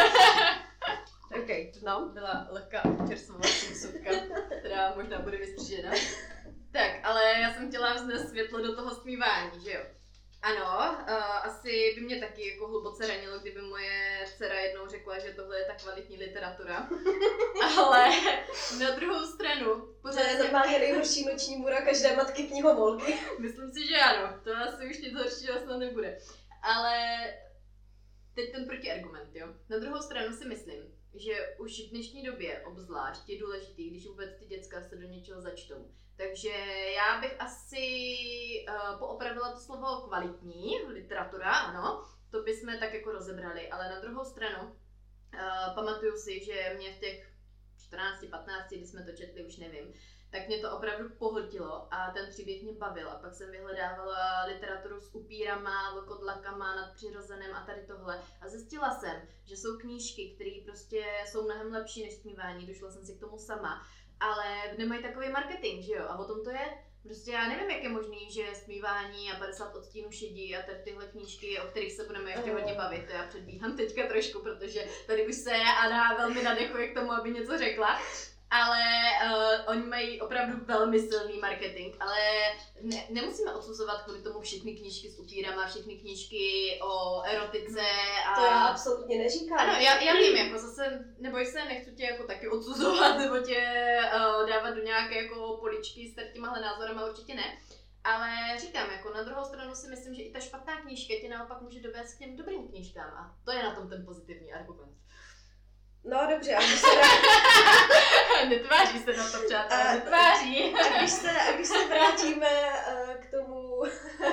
OK, no. Byla lehká občerstvovací vsuvka, která možná bude vystřížena. Tak, ale já jsem chtěla vznést světlo do toho stmívání, že jo? Ano, uh, asi by mě taky jako hluboce ranilo, kdyby moje dcera jednou řekla, že tohle je tak kvalitní literatura. Ale na druhou stranu... To je normálně nejhorší noční můra každé matky knihomolky. Myslím si, že ano, to asi už nic horšího snad nebude. Ale teď ten protiargument, jo. Na druhou stranu si myslím, že už v dnešní době obzvlášť je důležitý, když vůbec ty děcka se do něčeho začtou. Takže já bych asi uh, poopravila to slovo kvalitní, literatura, ano, to bychom tak jako rozebrali, ale na druhou stranu uh, pamatuju si, že mě v těch čtrnácti patnácti, kdy jsme to četli, už nevím, tak mě to opravdu pohltilo a ten příběh mě bavil. A pak jsem vyhledávala literaturu s upírama, vlkodlakama, nadpřirozeným a tady tohle. A zjistila jsem, že jsou knížky, které prostě jsou mnohem lepší než Stmívání, došla jsem si k tomu sama, ale nemají takový marketing, že jo? A o tom to je. Prostě já nevím, jak je možný, že Stmívání a padesát odstínů šedí a tady tyhle knížky, o kterých se budeme ještě hodně bavit, to já předbíhám teďka trošku, protože tady už se Anna velmi nadechuje k tomu, aby něco řekla. Ale uh, oni mají opravdu velmi silný marketing, ale ne, nemusíme odsuzovat kvůli tomu všechny knížky s upírama, všechny knížky o erotice a... To já absolutně neříkám. Ano, já, já vím, jako zase, neboj se, nechci tě jako taky odsuzovat, nebo tě uh, dávat do nějaké jako poličky s tady těmahle názorama, určitě ne. Ale říkám, jako na druhou stranu si myslím, že i ta špatná knížka tě naopak může dovést k těm dobrým knížkám a to je na tom ten pozitivní argument. No dobře, a když se vrátí... Netváří se na to, přátelé, netváří. A když se, a když se vrátíme uh, k tomu...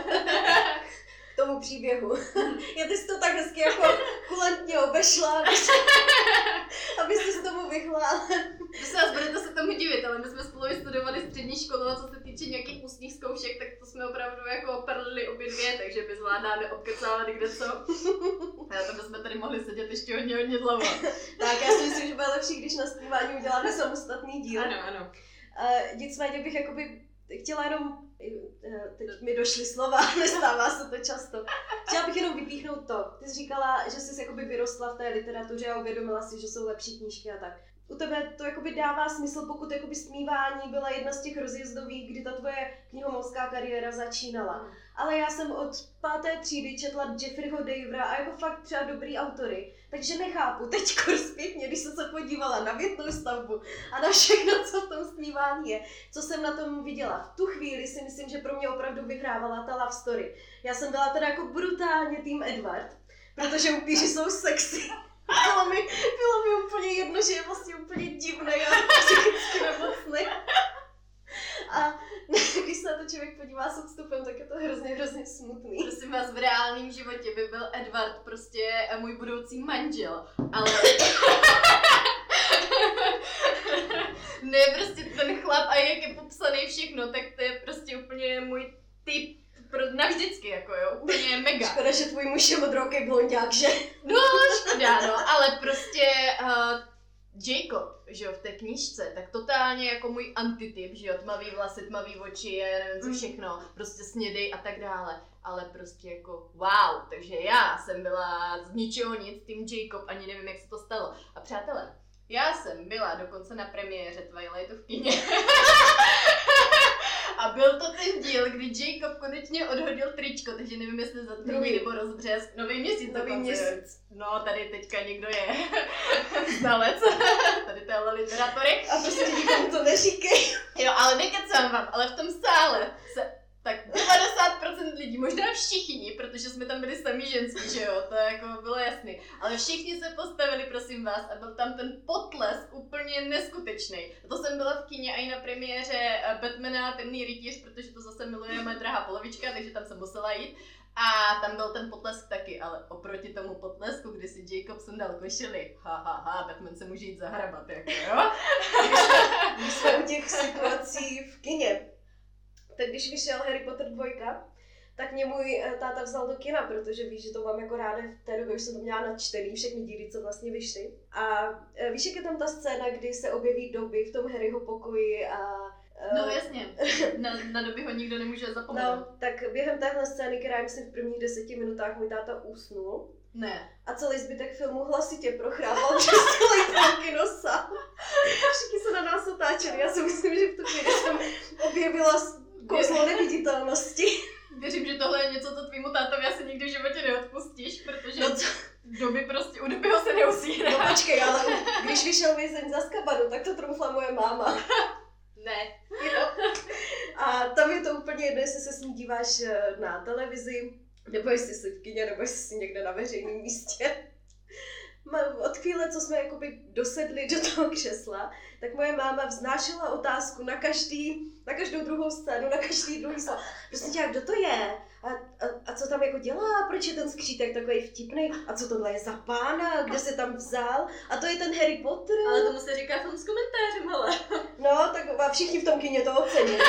k tomu příběhu. Já ty jsi to tak hezky jako kulantně obešla, aby jsi, aby jsi z tomu vyhla. Prosím vás, budete se tomu divit, ale my jsme spolu studovali střední školu a co se týče nějakých ústních zkoušek, tak to jsme opravdu jako perlili obě dvě, takže my zvládáme obkecávat kde co. A to bychom tady mohli sedět ještě hodně, hodně dlouho. Tak já si myslím, že bude lepší, když na Stmívání uděláme samostatný díl. Ano, ano. Uh, nicméně bych jakoby chtěla jenom, teď mi došly slova, nestává se to často. Chtěla bych jenom vypíchnout to. Ty jsi říkala, že jsi jakoby vyrostla v té literatuře a uvědomila si, že jsou lepší knížky a tak. U tebe to jakoby dává smysl, pokud jakoby Stmívání byla jedna z těch rozjezdových, kdy ta tvoje knihomolská kariéra začínala. Ale já jsem od páté třídy četla Jeffreyho Davera a jako fakt třeba dobrý autory. Takže nechápu teď zpětně, když jsem se podívala na Větnou stavbu a na všechno, co v tom Stmívání je, co jsem na tom viděla. V tu chvíli si myslím, že pro mě opravdu vyhrávala ta love story. Já jsem byla teda jako brutálně tým Edward, protože upíři jsou sexy. Bylo mi, bylo mi úplně jedno, že je vlastně úplně divný a psychicky nemocný. A když se na to člověk podívá s odstupem, tak je to hrozně, hrozně smutný. Prosím vás, v reálném životě by byl Edward prostě můj budoucí manžel, ale... ne, prostě ten chlap a jak je popsaný všechno, tak to je prostě úplně můj typ pro, navždycky, jako jo, úplně mega. Škoda, že tvůj muž je modrouký blonďák, že? No, škoda, no, ale prostě uh, Jacob, že jo, v té knížce, tak totálně jako můj antityp, že jo, tmavý vlasy, tmavý oči a já nevím co všechno, prostě snědej a tak dále, ale prostě jako wow, takže já jsem byla z ničeho nic, tým Jacob, ani nevím, jak se to stalo. A přátelé, já jsem byla dokonce na premiéře Twilightu v kině. A byl to ten díl, kdy Jacob konečně odhodil tričko, takže nevím, jestli za druhý nebo rozbřesk. Nový měsíc. Nový měsíc. No, tady teďka někdo je znalec tady téhle literatury. A prostě nikomu to neříkej. Jo, ale nekecám vám, ale v tom sále se tak devadesát procent lidí, možná všichni, protože jsme tam byli sami ženský, že jo, to jako bylo jasný, ale všichni se postavili, prosím vás, a byl tam ten potlesk úplně neskutečný. A to jsem byla v kině a i na premiéře Batmana Temný rytíř, protože to zase miluje moje drahá polovička, takže tam jsem musela jít. A tam byl ten potlesk taky, ale oproti tomu potlesku, kdy si Jacob sundal košili, ha ha ha, Batman se může jít zahrabat, jako jo. Když jsme u těch situací v kině, tak když vyšel Harry Potter dva, tak mě můj táta vzal do kina, protože víš, že to mám jako ráda, v té době už jsem to měla načtený, všechny díly, co vlastně vyšly. A víš, jak je tam ta scéna, kdy se objeví Dobby v tom Harryho pokoji a... No jasně, na, na Dobby ho nikdo nemůže zapomenout. No, tak během téhle scény, která je myslím v prvních deseti minutách, můj táta usnul. Ne. A celý zbytek filmu hlasitě prochrápal přes celý ten kinosál. Všichni se na nás otáčeli, já si myslím, že v tu chvíli jsem objevila kouzlo neviditelnosti. Věřím, že tohle je něco, co tvýmu tátovi asi nikdy v životě neodpustíš, protože no Dobby prostě, u Dobbyho se neusírá. No počkej, ale když vyšel Vězeň z Azkabanu, tak to trumfla moje máma. Ne. Jo. A tam je to úplně jedno, jestli se s ní díváš na televizi, nebo jestli jsi v kině, nebo jestli jsi někde na veřejném místě. od chvíle, co jsme jakoby dosedli do toho křesla, tak moje máma vznášela otázku na každý, na každou druhou scénu, na každý druhý slovo. Prostě tě, kdo to je? A, a, a co tam jako dělá? Proč je ten skřítek takový vtipný? A co tohle je za pána? Kde se tam vzal? A to je ten Harry Potter? Ale tomu se říká film s komentářem, hele. No, tak všichni v tom kině to ocenili.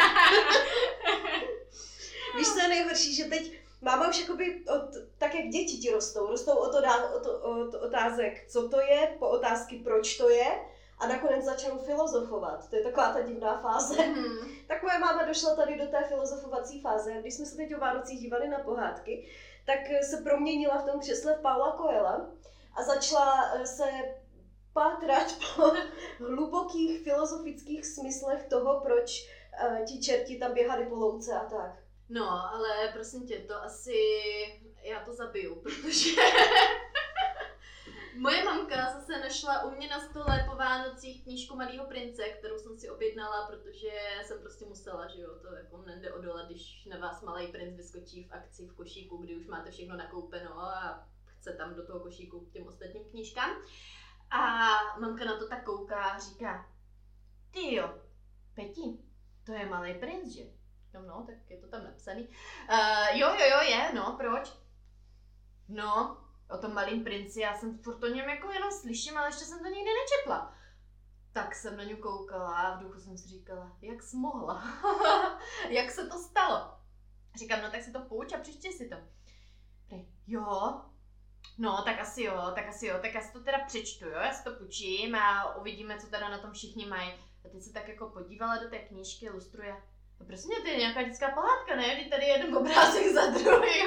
Víš, co je nejhorší, že teď máma už jakoby, od, tak jak děti ti rostou, rostou od, odá, od, od otázek, co to je, po otázky, proč to je, a nakonec začnou filozofovat. To je taková ta divná fáze. Mm. Tak moje máma došla tady do té filozofovací fáze. Když jsme se teď o Vánocích dívali na pohádky, tak se proměnila v tom křesle v Paula Coelha a začala se pátrat po hlubokých filozofických smyslech toho, proč uh, ti čerti tam běhali po louce a tak. No, ale prosím tě, to asi já to zabiju, protože moje mamka zase našla u mě na stole po Vánocích knížku Malýho prince, kterou jsem si objednala, protože jsem prostě musela, že jo, to jako nejde odolat, když na vás Malý princ vyskočí v akci v košíku, kdy už máte všechno nakoupeno a chce tam do toho košíku k těm ostatním knížkám. A mamka na to tak kouká a říká, ty jo, Peti, to je Malý princ, že? No, no, tak je to tam napsaný. Uh, jo, jo, jo, je, no, proč? No, o tom Malým princi, já jsem furt o něm jako jenom slyším, ale ještě jsem to nikdy nečetla. Tak jsem na ňu koukala a v duchu jsem si říkala, jak jsi mohla? Jak se to stalo? Říkám, no tak si to půjč a přečti si to. Prý, jo, no tak asi jo, tak asi jo, tak já si to teda přečtu, jo, já si to půjčím a uvidíme, co teda na tom všichni mají. A teď se tak jako podívala do té knížky, lustruje. No prosím mě, to je nějaká dětská pohádka, ne? Vždyť tady je jeden obrázek za druhým.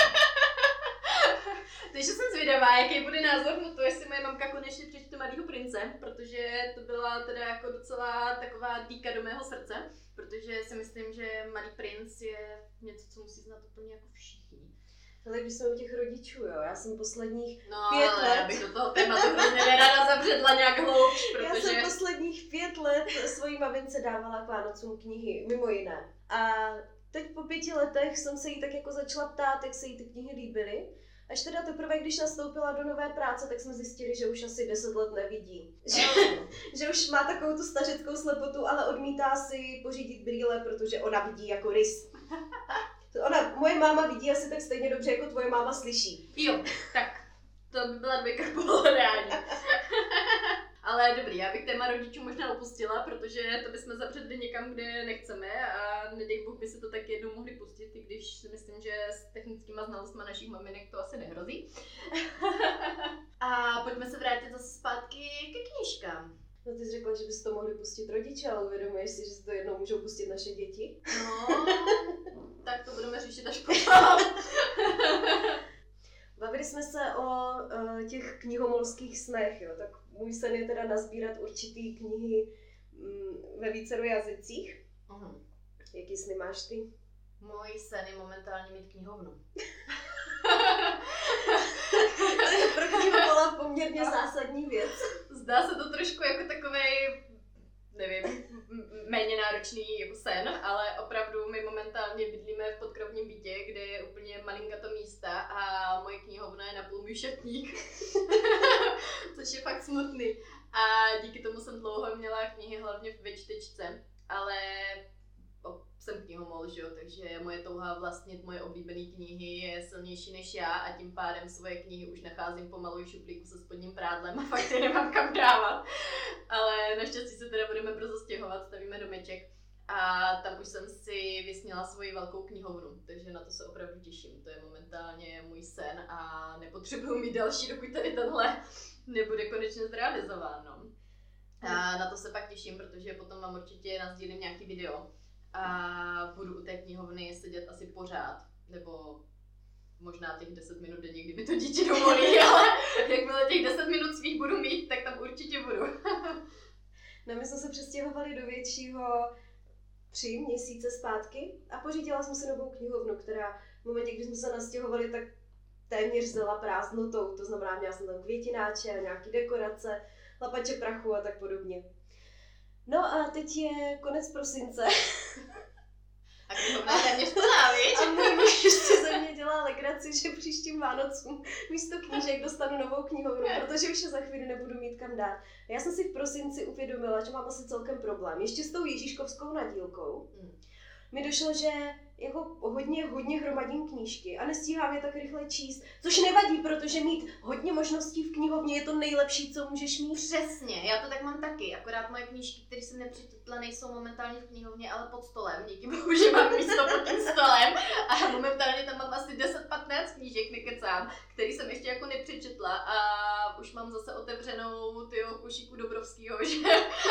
Takže jsem zvědavá, jaký bude názor na to, jestli moje mamka konečně přečte Malýho prince, protože to byla teda jako docela taková dýka do mého srdce, protože si myslím, že Malý princ je něco, co musí znát úplně jako všichni. Ale když jsme u těch rodičů, jo, já jsem posledních no, pět ale let... já bych do toho tématu hrozně nerada zabředla nějak hloubš, protože... Já jsem posledních pět let svojí mamince dávala k Vánocům knihy, mimo jiné. A teď po pěti letech jsem se jí tak jako začala ptát, jak se jí ty knihy líbily. Až teda teprve, když nastoupila do nové práce, tak jsme zjistili, že už asi deset let nevidí. Že, že už má takovou tu stařeckou slepotu, ale odmítá si pořídit brýle, protože ona vidí jako rys. Ona, moje máma vidí asi tak stejně dobře, jako tvoje máma slyší. Jo, tak to by byla dvojka pohledání. Ale dobrý, já bych téma rodičů možná opustila, protože to bychom zabředli někam, kde nechceme a nedej Bůh by se to tak jednou mohli pustit, i když si myslím, že s technickýma znalostma našich maminek to asi nehrozí. A pojďme se vrátit zase zpátky ke knížkám. No ty jsi řekla, že bys to mohli pustit rodiče, ale uvědomuješ si, že si to jednou můžou pustit naše děti? No, tak to budeme řešit až potom. Bavili jsme se o uh, těch knihomolských snech, jo, tak můj sen je teda nazbírat určitý knihy um, ve vícero jazycích. Uh-huh. Jaký sny máš ty? Můj sen je momentálně mít knihovnu. To je pro knihomola poměrně zásadní věc. Zdá se to trošku jako takovej, nevím, méně náročný jako sen, ale opravdu my momentálně bydlíme v podkrovním bytě, kde je úplně malinkato místa a moje knihovna je napůl můj šatník, což je fakt smutný. A díky tomu jsem dlouho měla knihy hlavně ve čtečce, ale jsem knihomol, že jo, takže moje touha vlastnit moje oblíbené knihy je silnější než já a tím pádem svoje knihy už nacházím pomalu v šuplíku se spodním prádlem a fakt je nemám kam dávat. Ale naštěstí se teda budeme brzo stěhovat, stavíme domeček a tam už jsem si vysněla svoji velkou knihovnu, takže na to se opravdu těším. To je momentálně můj sen a nepotřebuju mít další, dokud tady tenhle nebude konečně zrealizován. No. A na to se pak těším, protože potom vám určitě nazdílím nějaký video. A budu u té knihovny sedět asi pořád, nebo možná těch deset minut denně, kdyby to děti dovolí, ale jakmile těch deset minut svých budu mít, tak tam určitě budu. No my jsme se přestěhovali do většího tři měsíce zpátky a pořídila jsem si novou knihovnu, která v momentě, kdy jsme se nastěhovali, tak téměř zdala prázdnotou, to znamená, měla jsem tam květináče, nějaký dekorace, lapače prachu a tak podobně. No a teď je konec prosince. A knihovna je téměř plná, viď? A můj muž ještě ze mě dělá legraci, že příštím Vánocům místo knížek dostanu novou knihovnu, protože už je za chvíli nebudu mít kam dát. A já jsem si v prosinci uvědomila, že mám asi celkem problém. Ještě s tou Ježíškovskou nadílkou. Hmm. Mi došlo, že jako hodně, hodně hromadím knížky a nestíhám je tak rychle číst, což nevadí, protože mít hodně možností v knihovně je to nejlepší, co můžeš mít. Přesně, já to tak mám taky, akorát moje knížky, které jsem nepřečetla, nejsou momentálně v knihovně, ale pod stolem, díky bohu, že mám místo pod tím stolem a momentálně tam mám asi deset patnáct knížek, nekecám, který jsem ještě jako nepřečetla a už mám zase otevřenou tyho košíku Dobrovskýho, že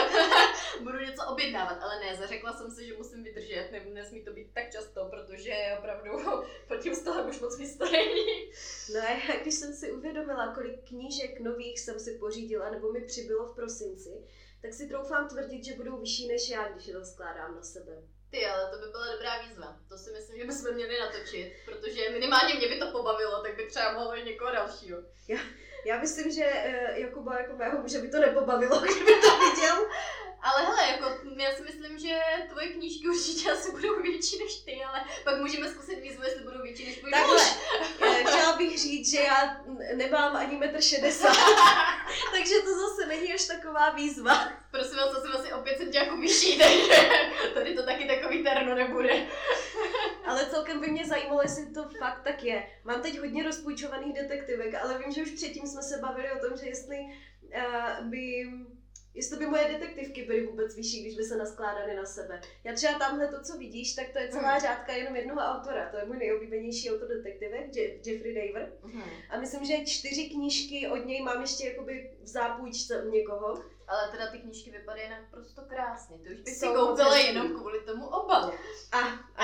budu něco objednávat, ale ne, zařekla jsem se, že musím vydržet, ne, nesmí to být tak často, protože opravdu pod tím stolem už moc místo není. No a když jsem si uvědomila, kolik knížek nových jsem si pořídila, nebo mi přibylo v prosinci, tak si troufám tvrdit, že budou vyšší než já, když je to skládám na sebe. Ty, ale to by byla dobrá výzva. To si myslím, že bychom měli natočit, protože minimálně mě by to pobavilo, tak by třeba mohlo i někoho dalšího. Já, já myslím, že uh, Jakuba jako mého muže by to nepobavilo, kdyby to viděl. Ale hele, jako, já si myslím, že tvoje knížky určitě asi budou větší než ty, ale pak můžeme zkusit výzvu, jestli budou větší než tvůj Takhle, muž. Chtěla bych říct, že já nemám ani metr šedesát, takže to zase není až taková výzva. Prosím vás, asi asi o pět centiáků vyšší, takže tady to taky takový terno nebude. Ale celkem by mě zajímalo, jestli to fakt tak je. Mám teď hodně rozpůjčovaných detektivek, ale vím, že už předtím jsme se bavili o tom, že jestli uh, by... Jestli by moje detektivky byly vůbec vyšší, když by se naskládaly na sebe. Já třeba tamhle to, co vidíš, tak to je celá mm. řádka jenom jednoho autora. To je můj nejoblíbenější autor detektivek, Je- Jeffrey Daver. Mm. A myslím, že čtyři knížky od něj mám ještě jakoby v zápůjčce u někoho. Ale teda ty knížky vypadají naprosto krásně. Ty už bych si koupila jenom kvůli tomu obalu. A, a.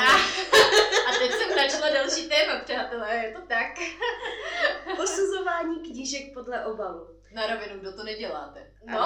a teď jsem načala další téma, přátelé, je to tak. Posuzování knížek podle obalu. Na rovinu, kdo to neděláte? No,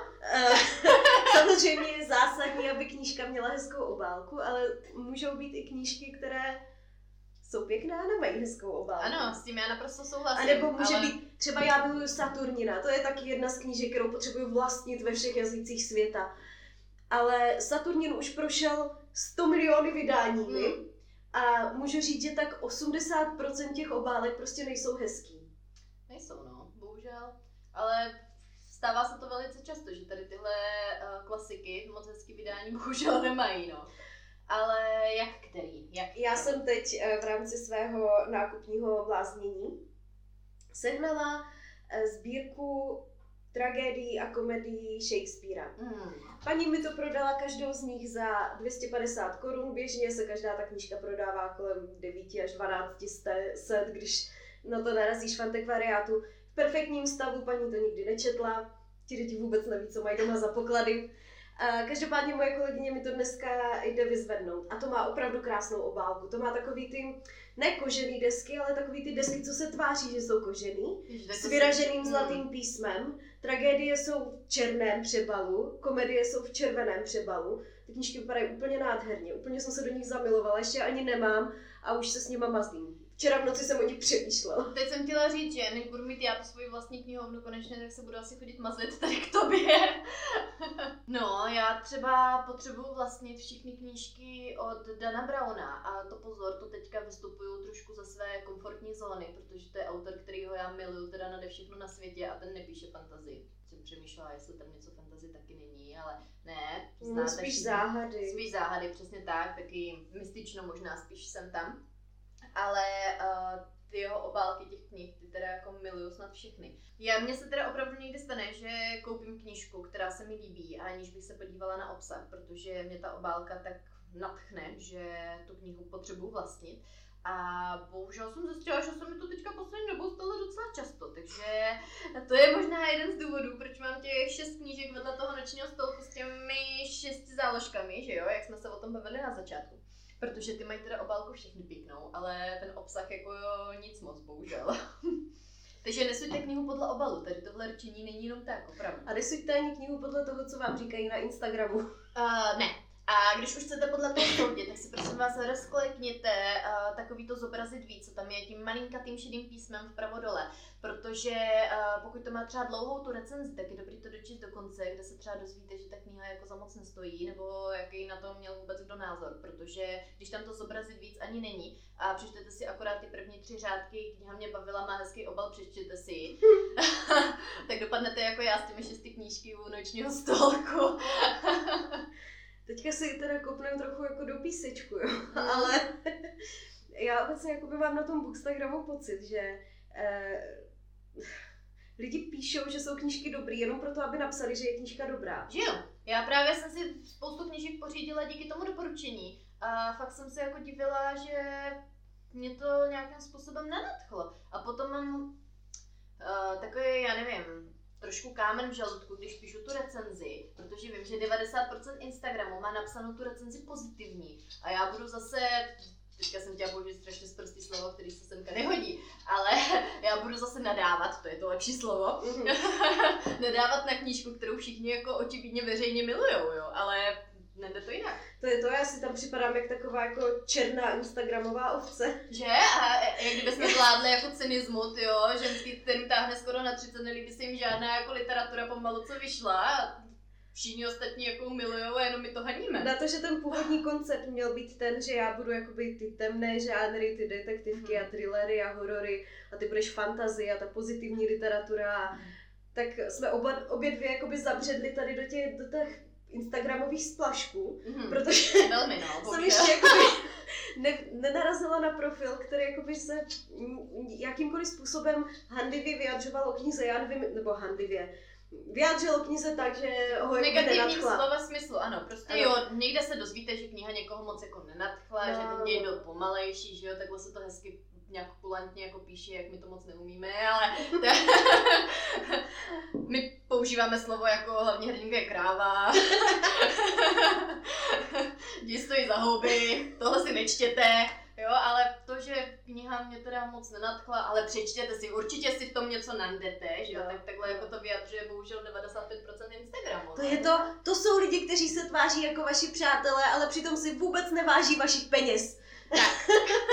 samozřejmě je zásadní, aby knížka měla hezkou obálku, ale můžou být i knížky, které jsou pěkné a nemají hezkou obálku. Ano, s tím já naprosto souhlasím. A nebo může ale... být, třeba já miluju Saturnina, to je taky jedna z knížek, kterou potřebuju vlastnit ve všech jazycích světa. Ale Saturnin už prošel sto miliony vydáními hmm. a můžu říct, že tak osmdesát procent těch obálek prostě nejsou hezký. Nejsou, no, bohužel. Ale stává se to velice často, že tady tyhle uh, klasiky moc hezký vydání bohužel nemají, no. Ale jak který? Jak Já který? jsem teď uh, v rámci svého nákupního bláznění sehnala uh, sbírku tragédií a komedií Shakespearea. Mm. Paní mi to prodala každou z nich za dvě stě padesát korun, běžně se každá ta knížka prodává kolem devět až dvanáct set, když na to narazíš v antikvariátu. V perfektním stavu, paní to nikdy nečetla, ti lidi vůbec neví, co mají doma za poklady. A každopádně moje kolegyně mi to dneska jde vyzvednout. A to má opravdu krásnou obálku. To má takový ty, ne kožený desky, ale takový ty desky, co se tváří, že jsou kožený, s vyraženým zlatým písmem. Tragédie jsou v černém přebalu, komedie jsou v červeném přebalu. Ty knížky vypadají úplně nádherně, úplně jsem se do nich zamilovala, ještě ani nemám a už se s nima mazlím. Včera v noci jsem o nich přemýšlela. Teď jsem chtěla říct, že než budu mít já tu svoji vlastní knihovnu konečně, tak se budu asi chodit mazlit tady k tobě. No, já třeba potřebuju vlastnit všechny knížky od Dana Browna a to pozor, to teďka vystupuju trošku ze své komfortní zóny, protože to je autor, kterýho já miluju teda nade všechno na světě a ten nepíše fantazii. Jsem přemýšlela, jestli tam něco fantasy taky není, ale ne. No, spíš záhady. Spíš záhady, přesně tak, taky mystično možná spíš jsem tam. Ale uh, ty jeho obálky těch knih, ty teda jako miluju snad všechny. Já, mně se teda opravdu někdy stane, že koupím knížku, která se mi líbí, a aniž bych se podívala na obsah, protože mě ta obálka tak nadchne, že tu knihu potřebuji vlastnit. A bohužel jsem zjistila, že se mi to teďka poslední dobou stalo docela často, takže to je možná jeden z důvodů, proč mám těch šest knížek vedle toho nočního stolku s těmi šesti záložkami, že jo, jak jsme se o tom bavili na začátku. Protože ty mají teda obálku všechny pěknou, ale ten obsah jako jo, nic moc, bohužel. Takže nesuďte knihu podle obalu, tady tohle rčení není jenom tak, opravdu. A nesuďte ani knihu podle toho, co vám říkají na Instagramu. Uh, ne, A když už chcete podle toho soudit, tak si prosím vás rozklikněte uh, takový to zobrazit víc, co tam je tím malinkatým šedým písmem vpravo dole. Protože uh, pokud to má třeba dlouhou tu recenzi, tak je dobrý to dočíst do konce, kde se třeba dozvíte, že ta kniha jako za moc nestojí, nebo jaký na to měl vůbec kdo názor. Protože když tam to zobrazit víc ani není a přečtete si akorát ty první tři řádky, kniha mě bavila, má hezký obal, přečtěte si ji, tak dopadnete jako já s těmi šesti knížky u nočního stolku. Teďka si teda kopnem trochu jako do písečku, jo, mm. ale já obecně jakoby mám na tom Bookstagramu pocit, že eh, lidi píšou, že jsou knížky dobrý, jenom proto, aby napsali, že je knížka dobrá. Že jo, já právě jsem si spoustu knížek pořídila díky tomu doporučení a fakt jsem se jako divila, že mě to nějakým způsobem nenadchlo. A potom mám uh, takový, já nevím, trošku kámen v žaludku, když píšu tu recenzi, protože vím, že devadesát procent Instagramu má napsanou tu recenzi pozitivní a já budu zase, teďka jsem chtěla použít strašně sprostý slovo, který se semka nehodí, ale já budu zase nadávat, to je to lepší slovo, mm-hmm. nadávat na knížku, kterou všichni jako očividně veřejně milujou, jo, ale nejde to jinak. To je to, já si tam připadám jak taková jako černá instagramová ovce. Že? A jak kdyby jsme zvládli jako cynismu, jo, ženský, který táhne skoro na třicet, nelíbí se jim žádná jako literatura pomalu, co vyšla a všichni ostatní jako milujou a jenom my to haníme. Na to, že ten původní koncept měl být ten, že já budu jakoby ty temné žánry, ty detektivky hmm. a thrillery a horory a ty budeš fantasy a ta pozitivní literatura, hmm. tak jsme oba, obě dvě jakoby zabředli tady do těch, do těch instagramových splašků, mm-hmm. protože velmi no, jsem ještě jakoby ne, nenarazila na profil, který jakoby se jakýmkoliv způsobem handlivě vyjadřoval o knize, já nevím, nebo handlivě, vyjádřil o knize tak, že ho jako negativním slova smyslu, ano, prostě ano. Jo, někde se dozvíte, že kniha někoho moc jako nenadchla, no. Že ten děj byl pomalejší, že jo, takhle se to hezky nějak kulantně jako píše, jak my to moc neumíme, ale my používáme slovo jako hlavní hrdinka je kráva, děj stojí za houby, tohle si nečtěte, jo, ale to, že kniha mě teda moc nenadchla, ale přečtěte si, určitě si v tom něco najdete, že jo, tak takhle jako to vyjadřuje bohužel devadesát pět procent Instagramu. To je to, to jsou lidi, kteří se tváří jako vaši přátelé, ale přitom si vůbec neváží vašich peněz. Tak.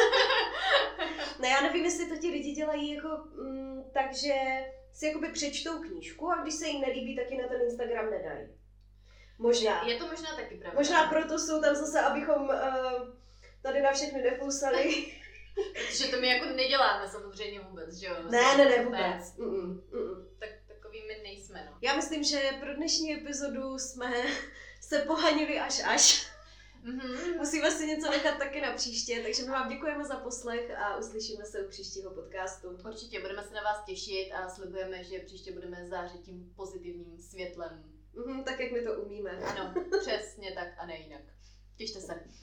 No já nevím, jestli to ti lidi dělají jako mm, tak, že si jakoby přečtou knížku a když se jim nelíbí, tak ji na ten Instagram nedají. Možná. Je to možná taky pravda. Možná proto jsou tam zase, abychom uh, tady na všechny neflusali. Protože to my jako neděláme samozřejmě vůbec, že jo? Ne, ne, ne, vůbec. Mm-mm, mm-mm. Tak takový my nejsme, no. Já myslím, že pro dnešní epizodu jsme se pohanili až až. Mm-hmm. Musíme si něco nechat taky na příště, takže my vám děkujeme za poslech a uslyšíme se u příštího podcastu. Určitě, budeme se na vás těšit a slibujeme, že příště budeme zářit tím pozitivním světlem. Mm-hmm, tak, jak my to umíme. Ano, přesně tak a ne jinak. Těšte se.